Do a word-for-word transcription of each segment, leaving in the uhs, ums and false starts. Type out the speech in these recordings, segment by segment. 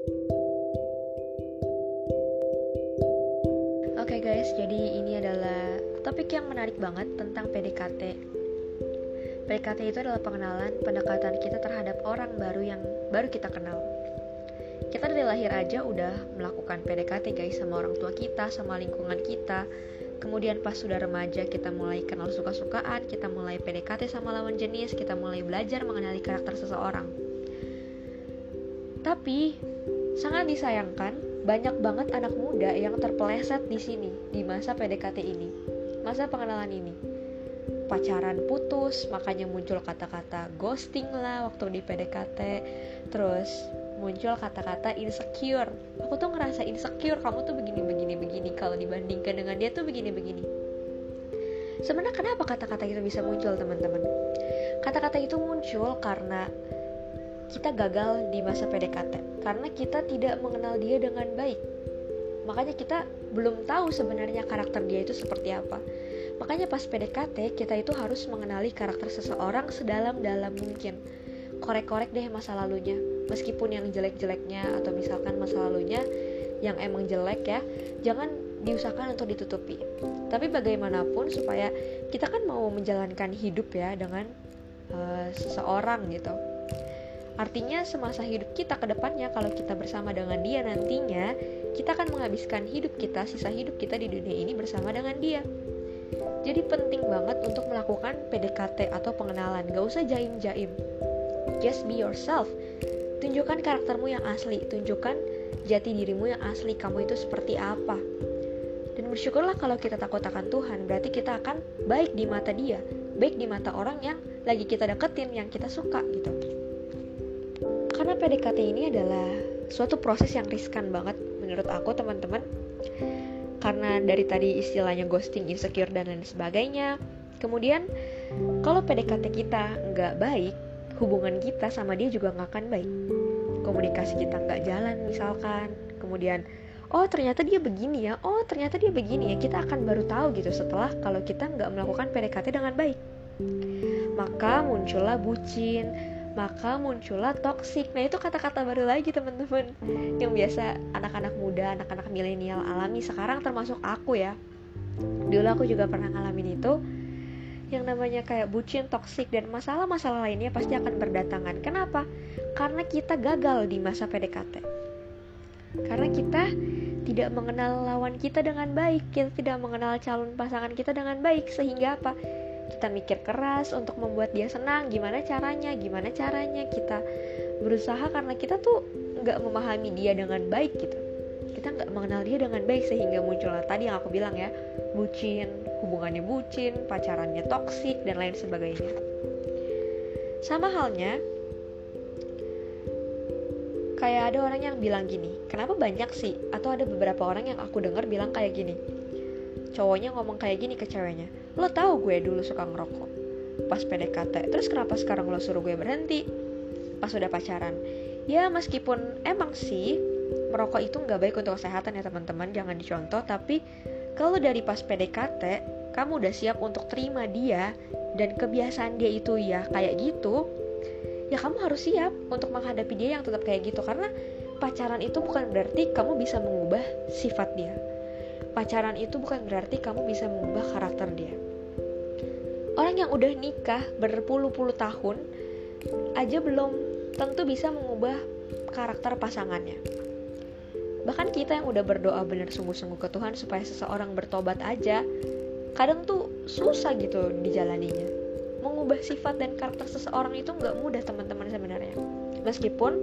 Oke guys, jadi ini adalah topik yang menarik banget tentang P D K T. P D K T itu adalah pengenalan, pendekatan kita terhadap orang baru yang baru kita kenal. Kita dari lahir aja udah melakukan P D K T guys, sama orang tua kita, sama lingkungan kita. Kemudian pas sudah remaja kita mulai kenal suka-sukaan, kita mulai P D K T sama lawan jenis, kita mulai belajar mengenali karakter seseorang. Tapi sangat disayangkan, banyak banget anak muda yang terpeleset di sini, di masa P D K T ini, masa pengenalan ini. Pacaran putus, makanya muncul kata-kata ghosting lah waktu di P D K T. Terus muncul kata-kata insecure. Aku tuh ngerasa insecure, kamu tuh begini-begini-begini, kalau dibandingkan dengan dia tuh begini-begini. Sebenarnya kenapa kata-kata itu bisa muncul, teman-teman? Kata-kata itu muncul karena kita gagal di masa P D K T, karena kita tidak mengenal dia dengan baik. Makanya kita belum tahu sebenarnya karakter dia itu seperti apa. Makanya pas P D K T kita itu harus mengenali karakter seseorang sedalam-dalam mungkin. Korek-korek deh masa lalunya, meskipun yang jelek-jeleknya atau misalkan masa lalunya yang emang jelek ya, jangan diusahakan untuk ditutupi. Tapi bagaimanapun supaya kita kan mau menjalankan hidup ya dengan uh, seseorang gitu. Artinya semasa hidup kita ke depannya, kalau kita bersama dengan dia nantinya, kita akan menghabiskan hidup kita, sisa hidup kita di dunia ini bersama dengan dia. Jadi penting banget untuk melakukan P D K T atau pengenalan. Gak usah jaim-jaim, just be yourself. Tunjukkan karaktermu yang asli, tunjukkan jati dirimu yang asli, kamu itu seperti apa. Dan bersyukurlah kalau kita takut akan Tuhan, berarti kita akan baik di mata dia, baik di mata orang yang lagi kita deketin, yang kita suka gitu. Karena P D K T ini adalah suatu proses yang riskan banget menurut aku, teman-teman. Karena dari tadi istilahnya ghosting, insecure, dan lain sebagainya. Kemudian kalau P D K T kita nggak baik, hubungan kita sama dia juga nggak akan baik. Komunikasi kita nggak jalan misalkan. Kemudian, oh ternyata dia begini ya, oh ternyata dia begini ya. Kita akan baru tahu gitu setelah kalau kita nggak melakukan P D K T dengan baik. Maka muncullah bucin, maka muncullah toksik. Nah itu kata-kata baru lagi teman-teman, yang biasa anak-anak muda, anak-anak milenial alami sekarang, termasuk aku ya. Dulu aku juga pernah ngalamin itu. Yang namanya kayak bucin, toksik, dan masalah-masalah lainnya pasti akan berdatangan. Kenapa? Karena kita gagal di masa P D K T. Karena kita tidak mengenal lawan kita dengan baik, kita tidak mengenal calon pasangan kita dengan baik. Sehingga apa? Kita mikir keras untuk membuat dia senang. Gimana caranya? Gimana caranya? Kita berusaha karena kita tuh gak memahami dia dengan baik gitu. Kita gak mengenal dia dengan baik, sehingga muncullah tadi yang aku bilang ya, bucin, hubungannya bucin, pacarannya toksik, dan lain sebagainya. Sama halnya kayak ada orang yang bilang gini, kenapa banyak sih? Atau ada beberapa orang yang aku dengar bilang kayak gini, cowoknya ngomong kayak gini ke ceweknya, lo tahu gue dulu suka ngerokok pas P D K T, terus kenapa sekarang lo suruh gue berhenti pas udah pacaran? Ya meskipun emang sih merokok itu gak baik untuk kesehatan ya teman-teman, jangan dicontoh. Tapi kalau dari pas P D K T kamu udah siap untuk terima dia, dan kebiasaan dia itu ya kayak gitu, ya kamu harus siap untuk menghadapi dia yang tetap kayak gitu. Karena pacaran itu bukan berarti kamu bisa mengubah sifat dia. Pacaran itu bukan berarti kamu bisa mengubah karakter dia. Orang yang udah nikah berpuluh-puluh tahun aja belum tentu bisa mengubah karakter pasangannya. Bahkan kita yang udah berdoa benar sungguh-sungguh ke Tuhan supaya seseorang bertobat aja, kadang tuh susah gitu dijalaninya. Mengubah sifat dan karakter seseorang itu gak mudah teman-teman sebenarnya. Meskipun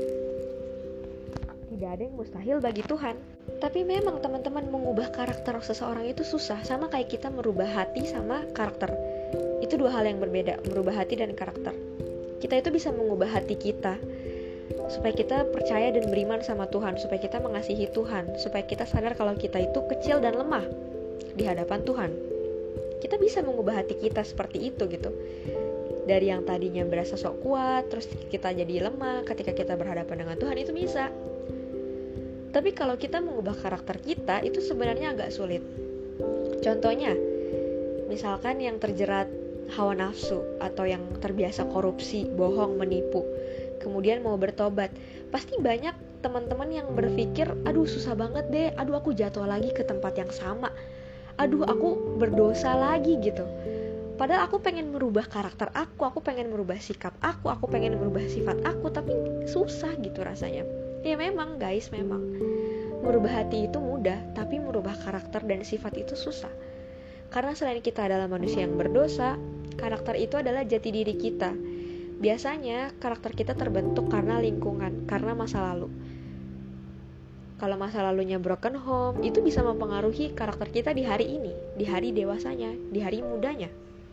tidak ada yang mustahil bagi Tuhan. Tapi memang teman-teman, mengubah karakter seseorang itu susah. Sama kayak kita merubah hati sama karakter. Itu dua hal yang berbeda, merubah hati dan karakter. Kita itu bisa mengubah hati kita supaya kita percaya dan beriman sama Tuhan, supaya kita mengasihi Tuhan, supaya kita sadar kalau kita itu kecil dan lemah di hadapan Tuhan. Kita bisa mengubah hati kita seperti itu gitu. Dari yang tadinya berasa sok kuat, terus kita jadi lemah ketika kita berhadapan dengan Tuhan, itu bisa. Tapi kalau kita mengubah karakter kita, itu sebenarnya agak sulit. Contohnya, misalkan yang terjerat hawa nafsu, atau yang terbiasa korupsi, bohong, menipu. kemudian mau bertobat. Pasti banyak teman-teman yang berpikir, aduh susah banget deh, aduh aku jatuh lagi ke tempat yang sama, aduh aku berdosa lagi gitu. Padahal aku pengen merubah karakter aku, aku pengen merubah sikap aku, aku pengen merubah sifat aku, tapi susah gitu rasanya. Ya memang guys, memang merubah hati itu mudah, tapi merubah karakter dan sifat itu susah. Karena selain kita adalah manusia yang berdosa, karakter itu adalah jati diri kita. Biasanya karakter kita terbentuk karena lingkungan, karena masa lalu. Kalau masa lalunya broken home, itu bisa mempengaruhi karakter kita di hari ini, di hari dewasanya, di hari mudanya.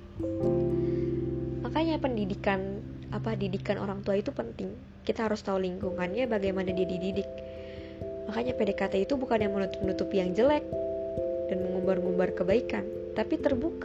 Makanya pendidikan, apa didikan orang tua itu penting. Kita harus tahu lingkungannya, bagaimana dia dididik. Makanya P D K T itu bukan yang menutup-nutupi yang jelek dan mengumbar-ngumbar kebaikan, tapi terbuka.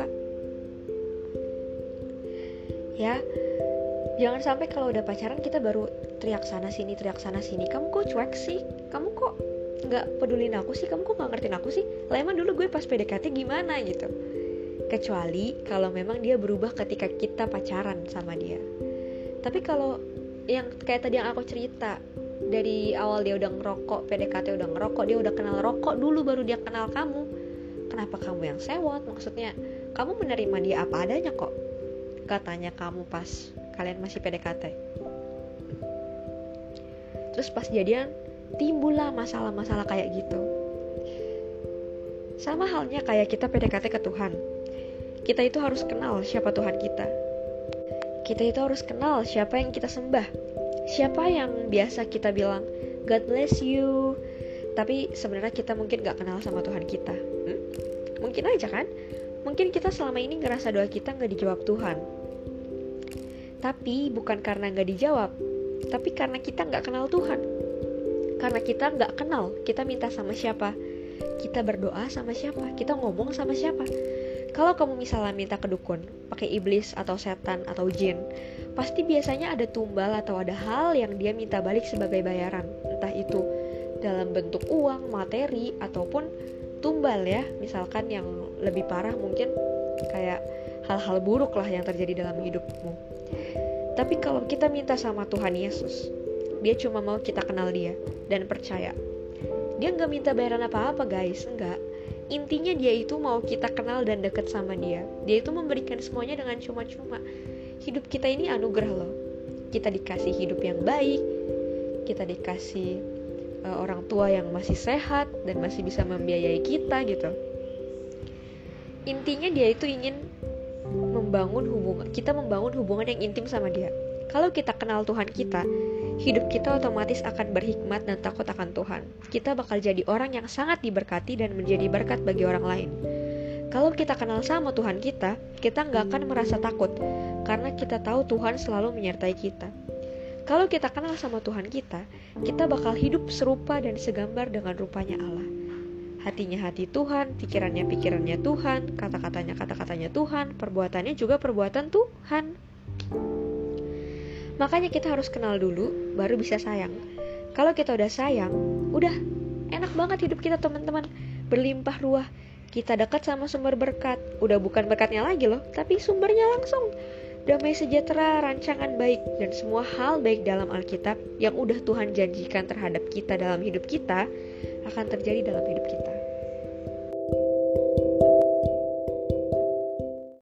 Ya, jangan sampai kalau udah pacaran kita baru teriak sana sini, teriak sana sini. Kamu kok cuek sih? Kamu kok nggak pedulin aku sih? Kamu kok nggak ngertiin aku sih? Lah emang dulu gue pas P D K T gimana gitu? Kecuali kalau memang dia berubah ketika kita pacaran sama dia. Tapi kalau yang kayak tadi yang aku cerita, dari awal dia udah ngerokok, P D K T udah ngerokok, dia udah kenal rokok dulu baru dia kenal kamu. Kenapa kamu yang sewot? Maksudnya kamu menerima dia apa adanya kok. Katanya kamu pas kalian masih P D K T. Terus pas jadian timbullah masalah-masalah kayak gitu. Sama halnya kayak kita P D K T ke Tuhan. Kita itu harus kenal siapa Tuhan kita. Kita itu harus kenal siapa yang kita sembah. Siapa yang biasa kita bilang God bless you, tapi sebenarnya kita mungkin gak kenal sama Tuhan kita. hmm? Mungkin aja kan. Mungkin kita selama ini ngerasa doa kita gak dijawab Tuhan. Tapi bukan karena gak dijawab, tapi karena kita gak kenal Tuhan. Karena kita gak kenal, kita minta sama siapa, kita berdoa sama siapa, kita ngomong sama siapa. Kalau kamu misalnya minta ke dukun, pakai iblis atau setan atau jin, pasti biasanya ada tumbal atau ada hal yang dia minta balik sebagai bayaran. Entah itu dalam bentuk uang, materi, ataupun tumbal ya. Misalkan yang lebih parah mungkin kayak hal-hal buruk lah yang terjadi dalam hidupmu. Tapi kalau kita minta sama Tuhan Yesus, dia cuma mau kita kenal dia dan percaya. Dia gak minta bayaran apa-apa guys, enggak. Intinya dia itu mau kita kenal dan deket sama dia. Dia itu memberikan semuanya dengan cuma-cuma. Hidup kita ini anugerah loh. Kita dikasih hidup yang baik, kita dikasih uh, orang tua yang masih sehat dan masih bisa membiayai kita gitu. Intinya dia itu ingin membangun hubungan, kita membangun hubungan yang intim sama dia. Kalau kita kenal Tuhan kita, hidup kita otomatis akan berhikmat dan takut akan Tuhan. Kita bakal jadi orang yang sangat diberkati dan menjadi berkat bagi orang lain. Kalau kita kenal sama Tuhan kita, kita gak akan merasa takut, karena kita tahu Tuhan selalu menyertai kita. Kalau kita kenal sama Tuhan kita, kita bakal hidup serupa dan segambar dengan rupanya Allah. Hatinya hati Tuhan, pikirannya pikirannya Tuhan, kata-katanya kata-katanya Tuhan, perbuatannya juga perbuatan Tuhan. Makanya kita harus kenal dulu, baru bisa sayang. Kalau kita udah sayang, udah enak banget hidup kita teman-teman, berlimpah ruah. Kita dekat sama sumber berkat, udah bukan berkatnya lagi loh, tapi sumbernya langsung. Damai sejahtera, rancangan baik, dan semua hal baik dalam Alkitab yang udah Tuhan janjikan terhadap kita dalam hidup kita, akan terjadi dalam hidup kita.